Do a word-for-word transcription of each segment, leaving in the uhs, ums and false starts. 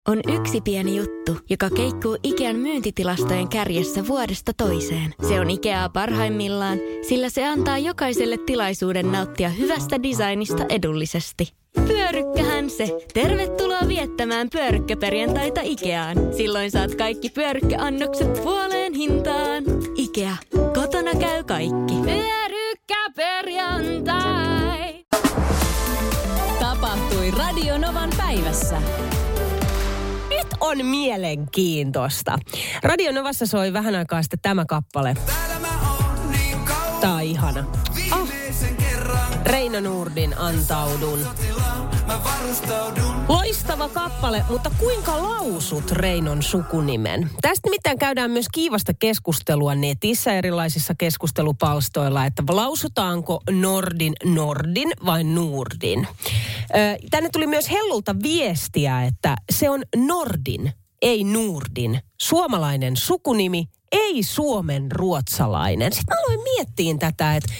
On yksi pieni juttu, joka keikkuu Ikean myyntitilastojen kärjessä vuodesta toiseen. Se on Ikeaa parhaimmillaan, sillä se antaa jokaiselle tilaisuuden nauttia hyvästä designista edullisesti. Pyörykkähän se. Tervetuloa viettämään pyörykkäperjantaita Ikeaan. Silloin saat kaikki pyörykkäannokset puoleen hintaan. Ikea. Kotona käy kaikki. Pyörykkäperjantai. Tapahtui Radio Novan päivässä. Nyt on mielenkiintoista. Radio Novassa soi vähän aikaa sitten tämä kappale. Tää on ihana. Oh. Reino Nordin Antaudun. Loistava kappale, mutta kuinka lausut Reinon sukunimen? Tästä nimittäin käydään myös kiivasta keskustelua netissä erilaisissa keskustelupalstoilla, että lausutaanko Nordin Nordin vai Nordin. Tänne tuli myös Hellulta viestiä, että se on Nordin, ei Nordin. Suomalainen sukunimi, ei Suomen ruotsalainen. Sitten mä aloin miettiä tätä, että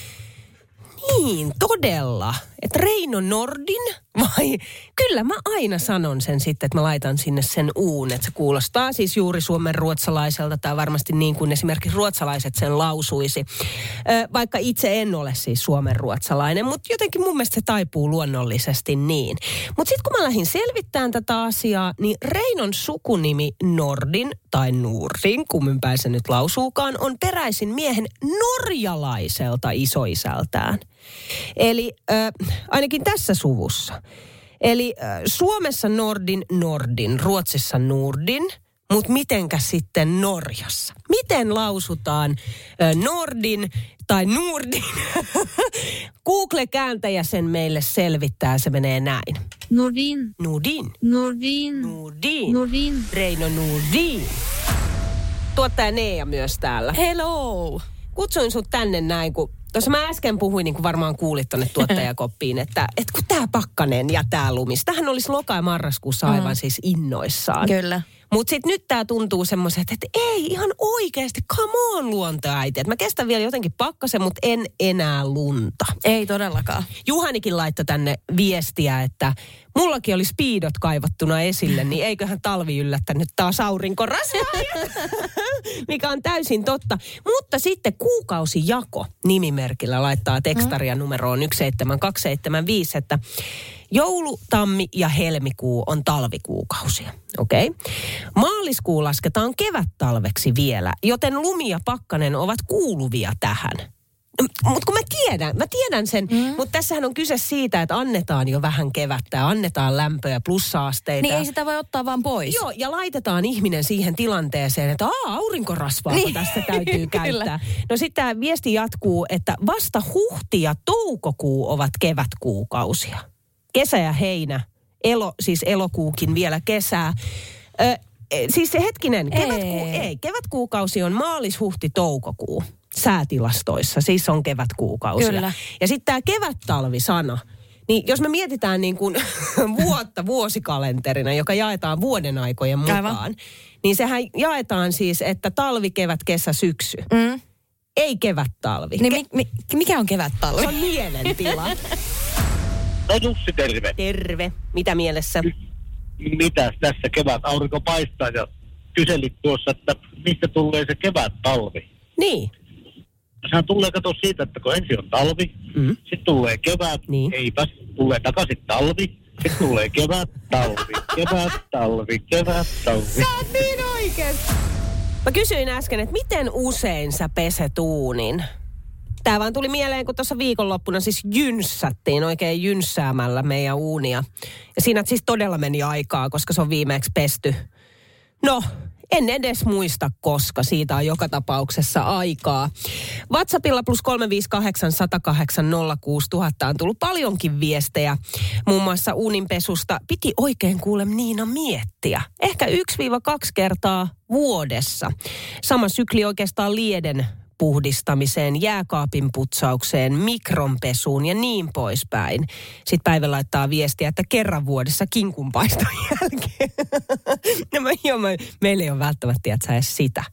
niin, todella. Että Reino Nordin vai? Kyllä mä aina sanon sen sitten, että mä laitan sinne sen uun. Että se kuulostaa siis juuri suomen ruotsalaiselta tai varmasti niin kuin esimerkiksi ruotsalaiset sen lausuisi. Ö, vaikka itse en ole siis suomen ruotsalainen, mutta jotenkin mun mielestä se taipuu luonnollisesti niin. Mutta sitten kun mä lähdin selvittämään tätä asiaa, niin Reinon sukunimi Nordin tai Nordin, kumminpäin se nyt lausuukaan, on peräisin miehen norjalaiselta isoisältään. Eli äh, ainakin tässä suvussa. Eli äh, Suomessa Nordin Nordin, Ruotsissa Nordin, mutta mitenkä sitten Norjassa? Miten lausutaan äh, Nordin tai Nordin? Google-kääntäjä sen meille selvittää, se menee näin. Nordin. Nordin. Nordin. Nordin. Nordin. Reino Nordin. Tuottaja Nea myös täällä. Hello! Kutsuin sut tänne näin, kun tuossa mä äsken puhuin, niin kuin varmaan kuulit tonne tuottajakoppiin, että, että kun tää pakkanen ja tää lumis, tämähän olisi loka- ja marraskuussa aivan mm. siis innoissaan. Kyllä. Mutta sitten nyt tää tuntuu semmoiselta, että ei ihan oikeasti, come on luontoäiti. Että mä kestän vielä jotenkin pakkasen, mutta en enää lunta. Ei todellakaan. Juhanikin laittoi tänne viestiä, että mullakin oli speedot kaivattuna esille, niin eiköhän talvi yllättänyt taas aurinkorasvaa, mikä on täysin totta. Mutta sitten kuukausijako nimimerkillä laittaa tekstaria numeroon yksi seitsemän kaksi seitsemän viisi, että joulu, tammi ja helmikuu on talvikuukausia. Okei. Okay. Maaliskuu lasketaan kevättalveksi vielä, joten lumi ja pakkanen ovat kuuluvia tähän. Mutta kun mä tiedän, mä tiedän sen, mm. mutta tässähän on kyse siitä, että annetaan jo vähän kevättä ja annetaan lämpöä, plussa-asteita. Niin ei sitä voi ottaa vaan pois. Joo, ja laitetaan ihminen siihen tilanteeseen, että aa, aurinkorasvaa niin. tässä täytyy käyttää. No sitten tämä viesti jatkuu, että vasta huhti ja toukokuu ovat kevätkuukausia. Kesä ja heinä, elo, siis elokuukin vielä kesää. Ö, siis se hetkinen, kevätkuu, ei. ei, kevätkuukausi on maalis, huhti, toukokuu. Säätilastoissa, siis on kevätkuukausia. Kyllä. Ja sitten tämä kevät-talvi-sana, niin jos me mietitään niin kuin vuotta vuosikalenterina, joka jaetaan vuoden aikojen mukaan, aivan. niin sehän jaetaan siis, että talvi, kevät, kesä, syksy. Mm. Ei kevät-talvi. Niin mi, mi, mikä on kevät-talvi? Se on mielentila. No Jussi, terve. Terve. Mitä mielessä? Mitäs tässä kevät aurinko paistaa ja kyselit tuossa, että mistä tulee se kevät-talvi? Niin. Sehän tulee kato siitä, että kun ensin on talvi, mm. sitten tulee kevät, niin. eipä, tulee takaisin talvi, sitten tulee kevät, talvi, kevät, talvi, kevät, talvi. Sä oot niin oikein. Mä kysyin äsken, että miten usein sä peset uunin? Tää vaan tuli mieleen, kun tuossa viikonloppuna siis jynssättiin oikein jynssäämällä meidän uunia. Ja siinä siis todella meni aikaa, koska se on viimeksi pesty. No, en edes muista, koska siitä on joka tapauksessa aikaa. WhatsAppilla plus kolme viisi kahdeksan, sata kahdeksan, nolla kuusi tuhatta on tullut paljonkin viestejä. Muun muassa uuninpesusta piti oikein kuule Niina miettiä. Ehkä yksi kaksi kertaa vuodessa. Sama sykli oikeastaan lieden puhdistamiseen, jääkaapin putsaukseen, mikronpesuun ja niin poispäin. Sitten Päivä laittaa viestiä, että kerran vuodessa kinkunpaiston jälkeen. no mä, jo, mä, meillä ei ole välttämättä, että sä edes sitä.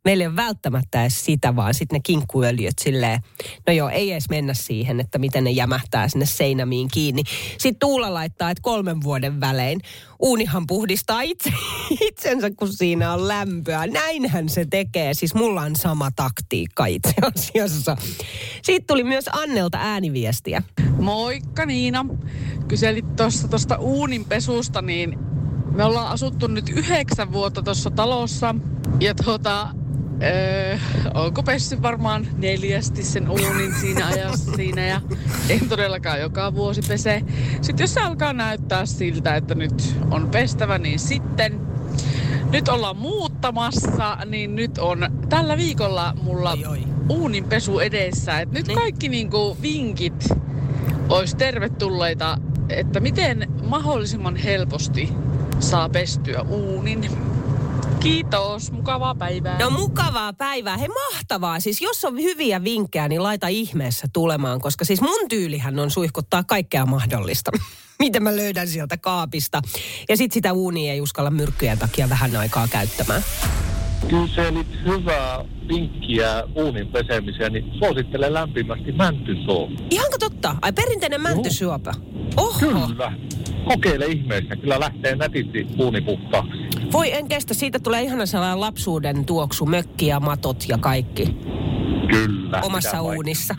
Meillä ei ole välttämättä edes sitä, vaan sitten ne kinkkuöljyt silleen, no joo, ei edes mennä siihen, että miten ne jämähtää sinne seinämiin kiinni. Sitten Tuula laittaa, että kolmen vuoden välein uunihan puhdistaa itse, itsensä, kun siinä on lämpöä. Näinhän se tekee. Siis mulla on sama taktiikka itse asiassa. Siitä tuli myös Annelta ääniviestiä. Moikka Niina. Kyselit tuosta tuosta uuninpesusta, niin me ollaan asuttu nyt yhdeksän vuotta tuossa talossa. Ja tuota, öö, onko pessy varmaan neljästi sen uunin siinä ajassa siinä. Ja en todellakaan joka vuosi pese. Sitten jos se alkaa näyttää siltä, että nyt on pestävä, niin sitten nyt ollaan muuttamassa, niin nyt on tällä viikolla mulla oi, oi. uuninpesu edessä. Et nyt niin. Kaikki niinku vinkit olisi tervetulleita, että miten mahdollisimman helposti saa pestyä uunin. Kiitos, mukavaa päivää. No mukavaa päivää. Hei mahtavaa. Siis jos on hyviä vinkkejä, niin laita ihmeessä tulemaan, koska siis mun tyylihän on suihkuttaa kaikkea mahdollista. Miten mä löydän sieltä kaapista. Ja sit sitä uunia ei uskalla myrkkyjen takia vähän aikaa käyttämään. Kyselit hyvää vinkkiä uunin pesemiseen, niin suosittelen lämpimästi mäntysuopaa. Ihanko totta? Ai perinteinen mäntysuopa. Oho. Kyllä. Kokeile ihmeessä. Kyllä lähtee nätisti uuni puhtaaksi. Voi en kestä. Siitä tulee ihana sellainen lapsuuden tuoksu. Mökki ja matot ja kaikki. Kyllä. Omassa uunissa.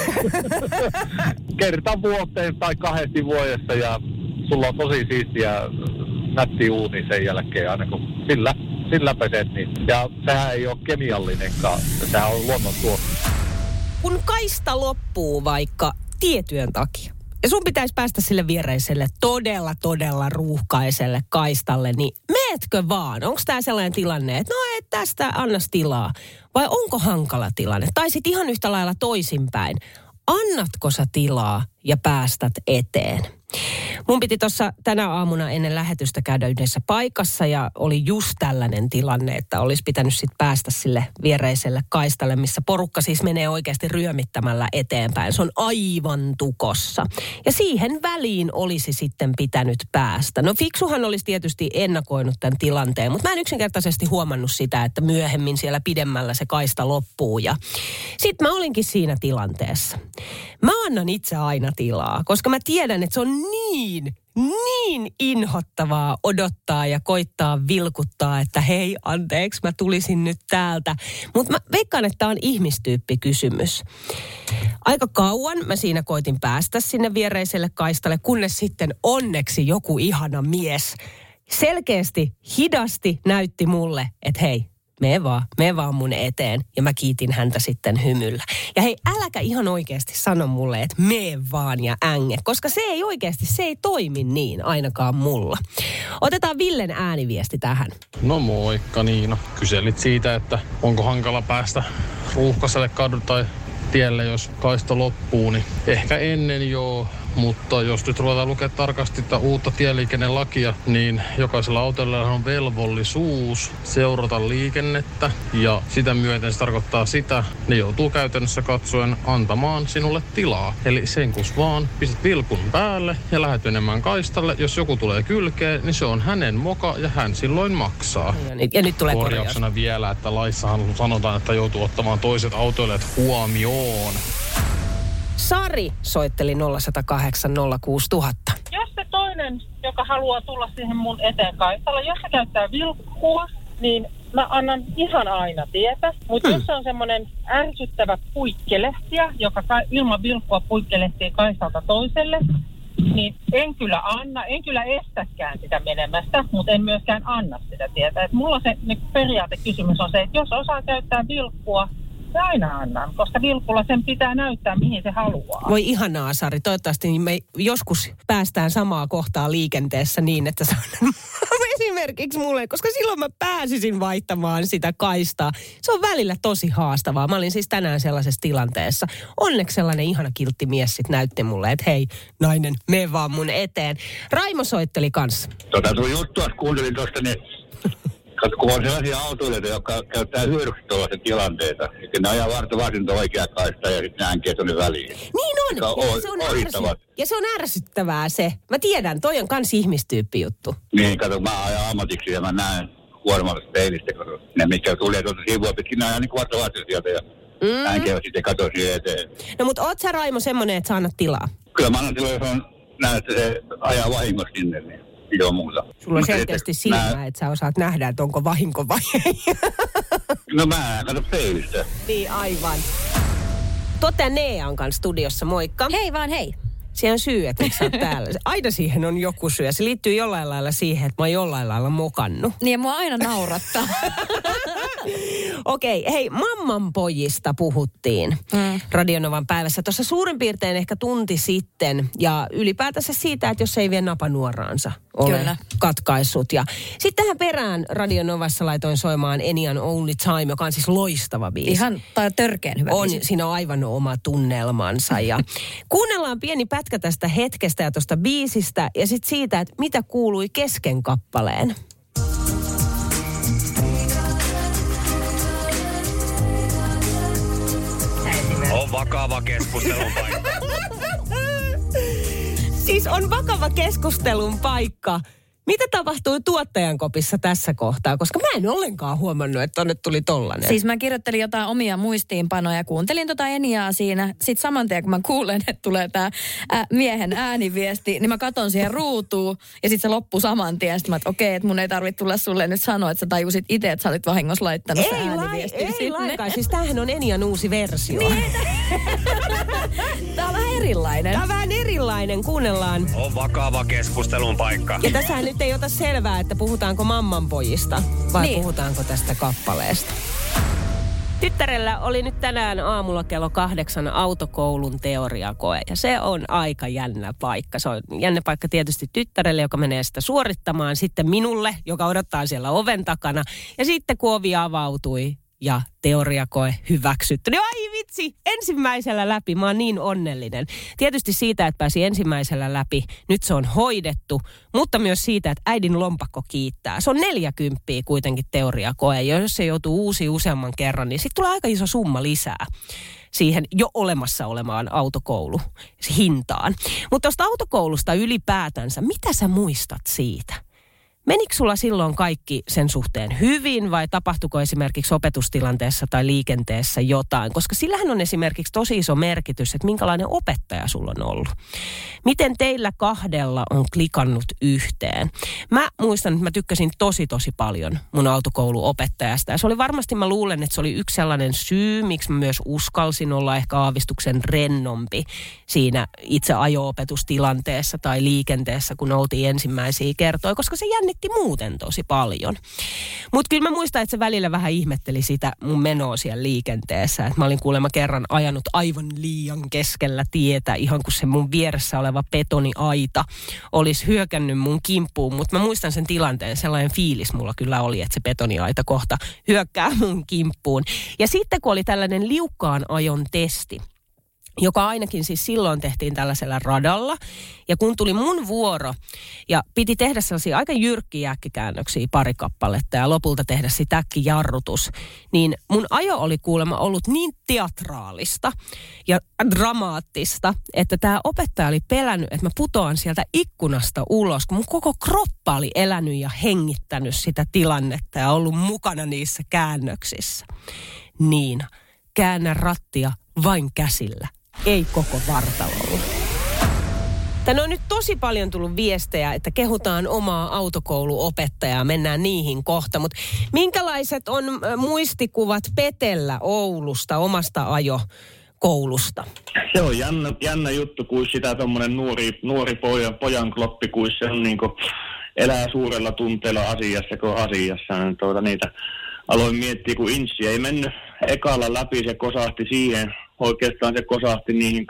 Kerta vuoteen tai kahdesti vuodessa ja sulla on tosi siistiä nätti uuni sen jälkeen aina kun sillä, sillä peset. Niin. Ja sehän ei ole kemiallinenkaan. Sehän on luonnon tuote. Kun kaista loppuu vaikka tietyön takia, ja sun pitäisi päästä sille viereiselle todella, todella ruuhkaiselle kaistalle, niin meetkö vaan? Onko tää sellainen tilanne, että no et tästä annas tilaa? Vai onko hankala tilanne? Tai sit ihan yhtä lailla toisinpäin. Annatko sä tilaa ja päästät eteen? Mun piti tuossa tänä aamuna ennen lähetystä käydä yhdessä paikassa ja oli just tällainen tilanne, että olisi pitänyt sitten päästä sille viereiselle kaistalle, missä porukka siis menee oikeasti ryömittämällä eteenpäin. Se on aivan tukossa. Ja siihen väliin olisi sitten pitänyt päästä. No fiksuhan olisi tietysti ennakoinut tämän tilanteen, mutta mä en yksinkertaisesti huomannut sitä, että myöhemmin siellä pidemmällä se kaista loppuu. Ja sitten mä olinkin siinä tilanteessa. Mä annan itse aina tilaa, koska mä tiedän, että se on niin, niin inhottavaa odottaa ja koittaa vilkuttaa, että hei, anteeksi, mä tulisin nyt täältä. Mutta mä veikkaan, että tämä on ihmistyyppikysymys. Aika kauan mä siinä koitin päästä sinne viereiselle kaistalle, kunnes sitten onneksi joku ihana mies selkeästi hidasti näytti mulle, että hei, mene vaan, mene vaan mun eteen. Ja mä kiitin häntä sitten hymyllä. Ja hei, äläkä ihan oikeasti sano mulle, että mene vaan ja änge. Koska se ei oikeasti, se ei toimi niin ainakaan mulla. Otetaan Villen ääniviesti tähän. No moikka Niina. Kyselit siitä, että onko hankala päästä ruuhkaiselle kadulle tai tielle, jos kaista loppuu, niin ehkä ennen joo. Mutta jos nyt ruvetaan lukea tarkasti tätä uutta tieliikennelakia, niin jokaisella autolla on velvollisuus seurata liikennettä. Ja sitä myöten se tarkoittaa sitä, ne joutuu käytännössä katsoen antamaan sinulle tilaa. Eli sen kun vaan pistät vilkun päälle ja lähdet menemään kaistalle. Jos joku tulee kylkeen, niin se on hänen moka ja hän silloin maksaa. Ja nyt, ja nyt tulee korjauksena korjaus. Vielä, että laissahan sanotaan, että joutuu ottamaan toiset autoilijat huomioon. Sari soitteli nolla yksi nolla kahdeksan nolla kuusi nolla nolla nolla. Jos se toinen, joka haluaa tulla siihen mun eteen kaistalle, jos se käyttää vilkkua, niin mä annan ihan aina tietä. Mutta hmm. jos se on semmoinen ärsyttävä puikkelehtiä, joka ilman vilkkua puikkelehtii kaistalta toiselle, niin en kyllä anna, en kyllä estäkään sitä menemästä, mutta en myöskään anna sitä tietä. Et mulla se niin periaatekysymys on se, että jos osaa käyttää vilkkua, mä aina annan, koska vilkulla sen pitää näyttää, mihin se haluaa. Voi ihanaa, Sari. Toivottavasti me joskus päästään samaa kohtaa liikenteessä niin, että se on esimerkiksi mulle, koska silloin mä pääsisin vaihtamaan sitä kaistaa. Se on välillä tosi haastavaa. Mä olin siis tänään sellaisessa tilanteessa. Onneksi sellainen ihana kiltti mies sit näytti mulle, että hei, nainen, mene vaan mun eteen. Raimo soitteli kanssa. Tota sun juttua kuuntelin tuosta, niin kun on sellaisia autoilijoita, jotka käyttää hyödyksi tuollaisen tilanteita. Sitten ne ajaa varta vasinta oikea kaista ja sitten ne änkee tuonne väliin. Niin on. Ja se on, ärsy... ja se on ärsyttävää se. Mä tiedän, toi on kans ihmistyyppi juttu. Niin, kato, mä ajan ammatiksi ja mä näen kuormallista peilistä, kun ne mikä tulee tuolta sivua pitkin, nämä niin kvartavasti sieltä ja mm. äänkeä sitten katoi siihen eteen. No mutta oot sä Raimo semmonen, että sä annat tilaa? Kyllä mä annan tilaa, jos on näin, että se ajaa vahingossa sinne, niin joo muuta. Sulla on selkeästi silmää, mä... että sä osaat nähdä, että onko vahinko vai ei. No mä en katso peilistä. Niin, aivan. Totta Nean kanssa studiossa, moikka. Hei vaan, hei. Siihen on syy, että sä oot täällä. Aina siihen on joku syy. Se liittyy jollain lailla siihen, että mä oon jollain lailla mokannut. Niin, mua aina naurattaa. Okei, hei, mamman pojista puhuttiin mm. Radionovan päivässä. Tuossa suurin piirtein ehkä tunti sitten. Ja ylipäätänsä siitä, että jos ei vie napanuoraansa ole Kyllä. katkaissut. Ja sitten tähän perään Radionovassa laitoin soimaan Enian Only Time, joka on siis loistava biisi. Ihan tai törkeän hyvä on, biisi. Siinä on aivan oma tunnelmansa. Ja kuunnellaan pieni pätkä tästä hetkestä ja tuosta biisistä ja sitten siitä, että mitä kuului kesken kappaleen. On vakava keskustelun paikka. Siis on vakava keskustelun paikka. Mitä tapahtui tuottajan kopissa tässä kohtaa? Koska mä en ollenkaan huomannut, että tonne tuli tollanen. Siis mä kirjoittelin jotain omia muistiinpanoja ja kuuntelin tota Eniaa siinä. Sitten saman tien, kun mä kuulen, että tulee tää ä, miehen ääniviesti, niin mä katon siihen ruutuun ja sitten se loppui saman tien. Sitten mä, että okei, että mun ei tarvitse tulla sulle nyt sanoa, että sä tajusit itse, että sä olit vahingossa laittanut se ääniviestin sinne. Ei lainkaan. Siis tämähän on Enian uusi versio. Niin. Tää on vähän erilainen. Tää on vähän erilainen. Kuunnellaan. On vakava keskustelun paikka. Ja tässähän nyt ei ota selvää, että puhutaanko mammanpojista vai niin. puhutaanko tästä kappaleesta. Tyttärellä oli nyt tänään aamulla kello kahdeksan autokoulun teoriakoe ja se on aika jännä paikka. Se on jännä paikka tietysti tyttärelle, joka menee sitä suorittamaan, sitten minulle, joka odottaa siellä oven takana ja sitten kun ovi avautui ja teoriakoe hyväksytty. Niin ai vitsi, ensimmäisellä läpi. Mä oon niin onnellinen. Tietysti siitä, että pääsi ensimmäisellä läpi. Nyt se on hoidettu. Mutta myös siitä, että äidin lompakko kiittää. Se on neljäkymppiä kuitenkin teoriakoe. Ja jos se joutuu uusi useamman kerran, niin sitten tulee aika iso summa lisää siihen jo olemassa olemaan autokoulu hintaan. Mutta tuosta autokoulusta ylipäätänsä, mitä sä muistat siitä? Menikö sulla silloin kaikki sen suhteen hyvin vai tapahtuiko esimerkiksi opetustilanteessa tai liikenteessä jotain? Koska sillähän on esimerkiksi tosi iso merkitys, että minkälainen opettaja sulla on ollut. Miten teillä kahdella on klikannut yhteen? Mä muistan, että mä tykkäsin tosi tosi paljon mun autokouluopettajasta. Ja se oli varmasti, mä luulen, että se oli yksi sellainen syy, miksi mä myös uskalsin olla ehkä aavistuksen rennompi siinä itse ajo-opetustilanteessa tai liikenteessä, kun oltiin ensimmäisiä kertoja, koska se jännitti muuten tosi paljon. Mutta kyllä mä muistan, että se välillä vähän ihmetteli sitä mun menoa siellä liikenteessä. Että mä olin kuulemma kerran ajanut aivan liian keskellä tietä, ihan kun se mun vieressä oleva betoniaita olisi hyökännyt mun kimppuun. Mutta mä muistan sen tilanteen, sellainen fiilis mulla kyllä oli, että se betoniaita kohta hyökkää mun kimppuun. Ja sitten kun oli tällainen liukkaan ajon testi, joka ainakin siis silloin tehtiin tällaisella radalla. Ja kun tuli mun vuoro ja piti tehdä sellaisia aika jyrkkiä äkkikäännöksiä pari kappaletta ja lopulta tehdä sitä äkkijarrutus, niin mun ajo oli kuulemma ollut niin teatraalista ja dramaattista, että tämä opettaja oli pelännyt, että mä putoan sieltä ikkunasta ulos, kun mun koko kroppa oli elänyt ja hengittänyt sitä tilannetta ja ollut mukana niissä käännöksissä. Niina, käännä rattia vain käsillä. Ei koko vartalolla. Tänne on nyt tosi paljon tullut viestejä, että kehutaan omaa autokouluopettajaa. Mennään niihin kohta. Mutta minkälaiset on muistikuvat Petellä Oulusta, omasta ajokoulusta? Se on jännä, jännä juttu, kun sitä tommonen nuori, nuori pojan, pojan kloppi, kun se on niinku elää suurella tunteella asiassa kuin asiassa. Niin tuota, niitä aloin miettiä, kun inssi ei mennyt ekalla läpi, se kosahti siihen. Oikeastaan se kosahti niihin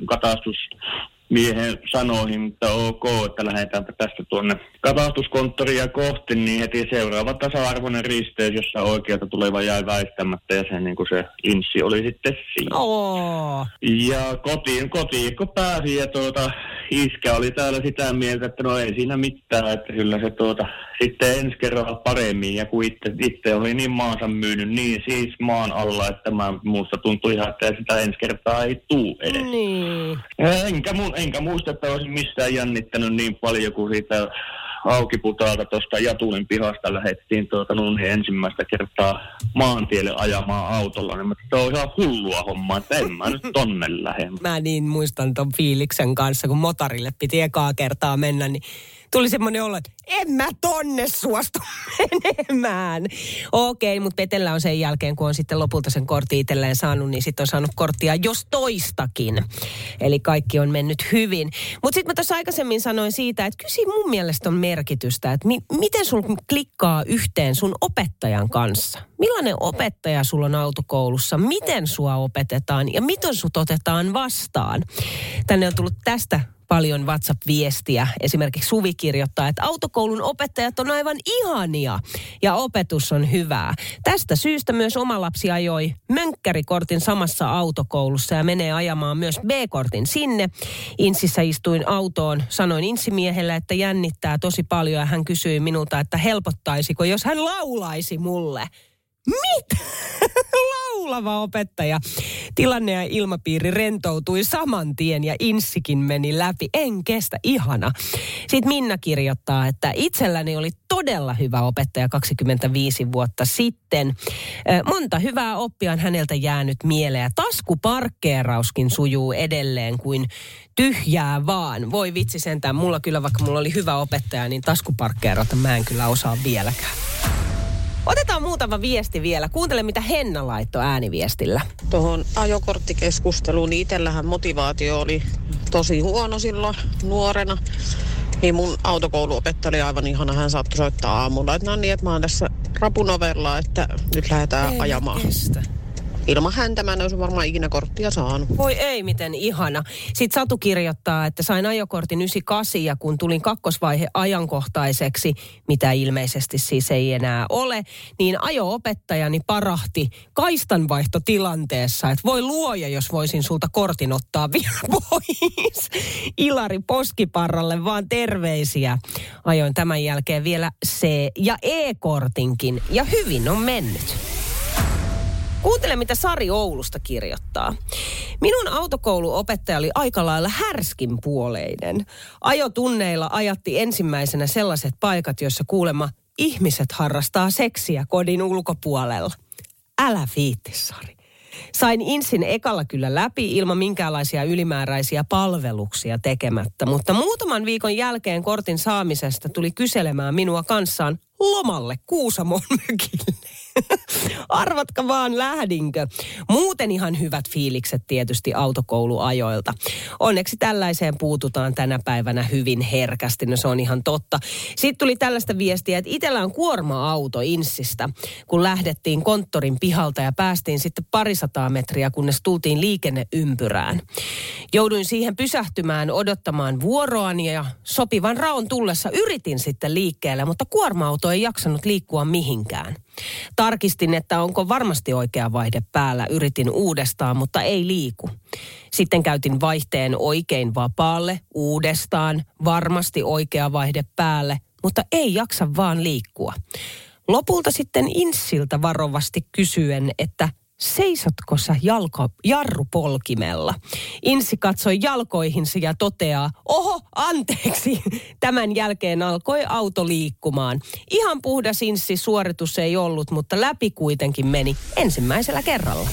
katastusmiehen sanoihin, mutta ok, että lähdetäänpä tästä tuonne katastuskonttoria kohti, niin heti seuraava tasa-arvoinen risteys, jossa oikealta tuleva jäi väistämättä, ja se, niin kuin se inssi oli sitten siinä. Oh. Ja kotiin, kotiin kun pääsi, ja tuota, iskä oli täällä sitä mieltä, että no ei siinä mitään, että kyllä se tuota, sitten ensi kerralla paremmin, ja kun itse, itse oli niin maansa myynyt niin siis maan alla, että mä, musta tuntui ihan, että sitä ensi kertaa ei tuu edes. Niin. Enkä, enkä muista, että olisin mistään jännittänyt niin paljon kuin siitä Aukiputaalta tuosta Jatulin pihasta lähdettiin tuota, niin ensimmäistä kertaa maantielle ajamaan autolla. Niin mä että on ihan hullua hommaa, että en mä nyt tonne lähde. Mä niin muistan ton fiiliksen kanssa, kun motorille piti ekaa kertaa mennä, niin tuli semmoinen olo, että en mä tonne suostu menemään. Okei, mutta Petellä on sen jälkeen, kun on sitten lopulta sen kortin itselleen saanut, niin sitten on saanut korttia jos toistakin. Eli kaikki on mennyt hyvin. Mutta sitten mä tuossa aikaisemmin sanoin siitä, että kyllä siinä mun mielestä on merkitystä, että mi- miten sun klikkaa yhteen sun opettajan kanssa. Millainen opettaja sulla on autokoulussa? Miten sua opetetaan ja miten sut otetaan vastaan? Tänne on tullut tästä paljon WhatsApp-viestiä. Esimerkiksi Suvi kirjoittaa, että autokoulun opettajat on aivan ihania ja opetus on hyvää. Tästä syystä myös oma lapsi ajoi mönkkärikortin samassa autokoulussa ja menee ajamaan myös B-kortin sinne. Insissä istuin autoon, sanoin insimiehelle, että jännittää tosi paljon ja hän kysyi minulta, että helpottaisiko, jos hän laulaisi mulle. Mitä? Laulava opettaja. Tilanne ja ilmapiiri rentoutui saman tien ja inssikin meni läpi. En kestä, ihana. Sitten Minna kirjoittaa, että itselläni oli todella hyvä opettaja kaksikymmentäviisi vuotta sitten. Monta hyvää oppia on häneltä jäänyt mieleen ja taskuparkkeerauskin sujuu edelleen kuin tyhjää vaan. Voi vitsi sentään, mulla kyllä vaikka mulla oli hyvä opettaja, niin taskuparkkeerata mä en kyllä osaa vieläkään. Otetaan muutama viesti vielä. Kuuntele, mitä Henna laittoi ääniviestillä. Tuohon ajokorttikeskusteluun, niin itsellähän motivaatio oli tosi huono silloin nuorena. Niin mun autokouluopettaja oli aivan ihana. Hän saattoi soittaa aamulla, että no niin, että mä oon tässä rapunovella, että nyt lähdetään ei ajamaan. Kestä. Ilman häntä mä en olisi varmaan ikinä korttia saanut. Voi ei, miten ihana. Sitten Satu kirjoittaa, että sain ajokortin yhdeksänkymmentäkahdeksan ja kun tulin kakkosvaihe ajankohtaiseksi, mitä ilmeisesti siis ei enää ole, niin ajo-opettajani parahti kaistanvaihtotilanteessa, että voi luoja, jos voisin sulta kortin ottaa vielä pois. Ilari Poskiparralle vaan terveisiä. Ajoin tämän jälkeen vielä C- ja E-kortinkin ja hyvin on mennyt. Kuuntele, mitä Sari Oulusta kirjoittaa. Minun autokouluopettaja oli aika lailla härskin puoleinen. Ajotunneilla ajatti ensimmäisenä sellaiset paikat, joissa kuulemma ihmiset harrastaa seksiä kodin ulkopuolella. Älä viitti, Sari. Sain insin ekalla kyllä läpi ilman minkäänlaisia ylimääräisiä palveluksia tekemättä, mutta muutaman viikon jälkeen kortin saamisesta tuli kyselemään minua kanssaan lomalle Kuusamon mökille. Arvatka vaan, lähdinkö. Muuten ihan hyvät fiilikset tietysti autokouluajoilta. Onneksi tällaiseen puututaan tänä päivänä hyvin herkästi, no se on ihan totta. Sitten tuli tällaista viestiä, että itsellä on kuorma-auto Inssistä, kun lähdettiin konttorin pihalta ja päästiin sitten parisataa metriä, kunnes tultiin liikenneympyrään. Jouduin siihen pysähtymään odottamaan vuoroani ja sopivan raon tullessa yritin sitten liikkeelle, mutta kuorma-auto ei jaksanut liikkua mihinkään. Tarkistin, että onko varmasti oikea vaihde päällä. Yritin uudestaan, mutta ei liiku. Sitten käytin vaihteen oikein vapaalle, uudestaan, varmasti oikea vaihde päälle, mutta ei jaksa vaan liikkua. Lopulta sitten Inssiltä varovasti kysyen, että seisotko sä jalko, jarrupolkimella? Inssi katsoi jalkoihinsa ja toteaa, oho, anteeksi. Tämän jälkeen alkoi auto liikkumaan. Ihan puhdas Inssi suoritus ei ollut, mutta läpi kuitenkin meni ensimmäisellä kerralla.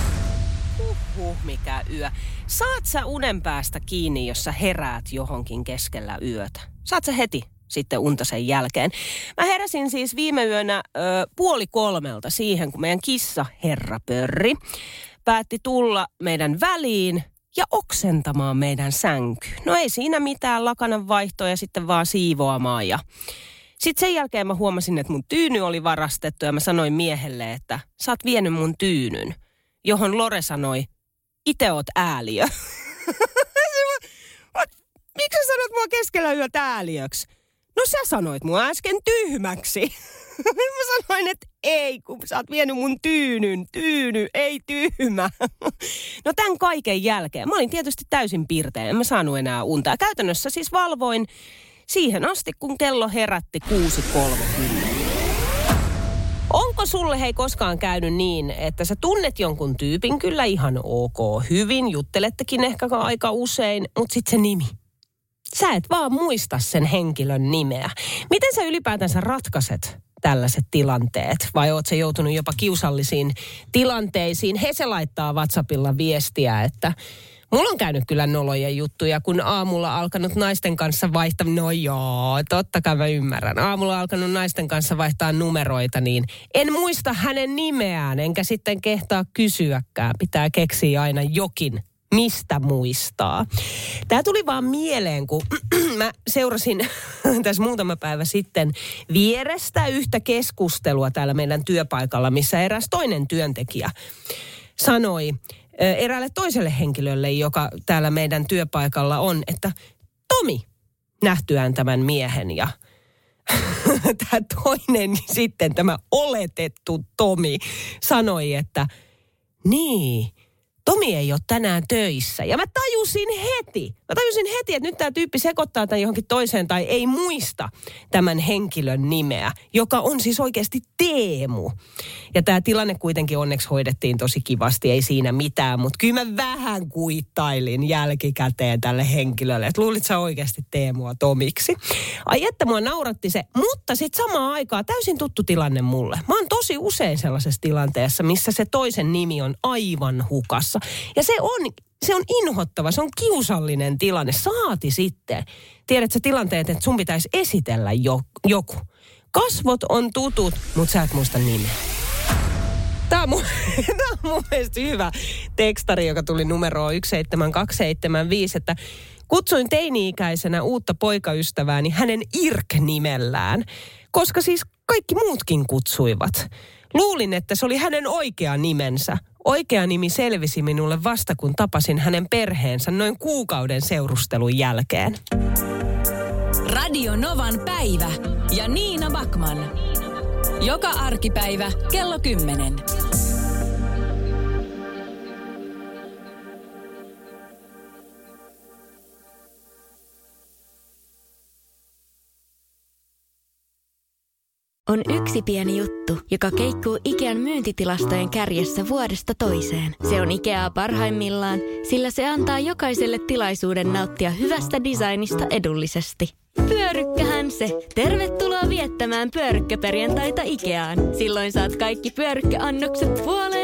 Huhhuh, mikä yö. Saat sä unen päästä kiinni, jos sä heräät johonkin keskellä yötä? Saat sä heti? Sitten unta sen jälkeen. Mä heräsin siis viime yönä ö, puoli kolmelta siihen, kun meidän kissa Herra Pörri päätti tulla meidän väliin ja oksentamaan meidän sänkyyn. No ei siinä mitään, lakanan vaihtoa ja sitten vaan siivoamaan. Ja sitten sen jälkeen mä huomasin, että mun tyyny oli varastettu ja mä sanoin miehelle, että sä oot vienyt mun tyynyn. Johon Lore sanoi, ite oot ääliö. Miksi sä sanot mua keskellä yötä ääliöksi? No sä sanoit mua äsken tyhmäksi. Mä sanoin, että ei, kun sä oot vienyt mun tyynyn. Tyyny, ei tyhmä. No tämän kaiken jälkeen. Mä olin tietysti täysin pirteä. En mä saanut enää unta. Ja käytännössä siis valvoin siihen asti, kun kello herätti kuusi kolmekymmentä. Onko sulle hei koskaan käynyt niin, että sä tunnet jonkun tyypin kyllä ihan ok hyvin, juttelettekin ehkä aika usein, mutta sit se nimi. sä et vaan muista sen henkilön nimeä. Miten sä ylipäätänsä ratkaiset tällaiset tilanteet? Vai oot sä joutunut jopa kiusallisiin tilanteisiin? He se laittaa WhatsAppilla viestiä, että mulla on käynyt kyllä noloja juttuja, kun aamulla alkanut naisten kanssa vaihtaa, no joo, totta kai mä ymmärrän. Aamulla alkanut naisten kanssa vaihtaa numeroita, niin en muista hänen nimeään, enkä sitten kehtaa kysyäkään. Pitää keksiä aina jokin, mistä muistaa. Tämä tuli vaan mieleen, kun mä seurasin tässä muutama päivä sitten vierestä yhtä keskustelua täällä meidän työpaikalla, missä eräs toinen työntekijä sanoi eräälle toiselle henkilölle, joka täällä meidän työpaikalla on, että Tomi, nähtyään tämän miehen, ja tämä toinen sitten, tämä oletettu Tomi, sanoi, että niin, Tomi ei ole tänään töissä. Ja mä tajusin heti, mä tajusin heti, että nyt tämä tyyppi sekoittaa tämän johonkin toiseen tai ei muista tämän henkilön nimeä, joka on siis oikeasti Teemu. Ja tämä tilanne kuitenkin onneksi hoidettiin tosi kivasti, ei siinä mitään, mutta kyllä mä vähän kuittailin jälkikäteen tälle henkilölle, että luulit sä oikeasti Teemua Tomiksi. Ai että mua nauratti se, mutta sitten samaan aikaan täysin tuttu tilanne mulle. Mä oon tosi usein sellaisessa tilanteessa, missä se toisen nimi on aivan hukassa. Ja se on, se on inhottava, se on kiusallinen tilanne. Saati sitten. Tiedätkö tilanteet, että sun pitäisi esitellä jo, joku. Kasvot on tutut, mutta sä et muista nimeä. Tämä on, mun, tämä on mun mielestä hyvä tekstari, joka tuli numeroon yksi seitsemän kaksi seitsemän viisi, että kutsuin teini-ikäisenä uutta poikaystävääni hänen Irk-nimellään, koska siis kaikki muutkin kutsuivat. Luulin, että se oli hänen oikea nimensä. Oikea nimi selvisi minulle vasta, kun tapasin hänen perheensä noin kuukauden seurustelun jälkeen. Radio Novan päivä ja Niina Backman. Joka arkipäivä kello kymmenen. On yksi pieni juttu, joka keikkuu Ikean myyntitilastojen kärjessä vuodesta toiseen. Se on Ikeaa parhaimmillaan, sillä se antaa jokaiselle tilaisuuden nauttia hyvästä designista edullisesti. Pyörykkähän se! Tervetuloa viettämään pyörykkäperjantaita Ikeaan. Silloin saat kaikki pyörykkäannokset puoleen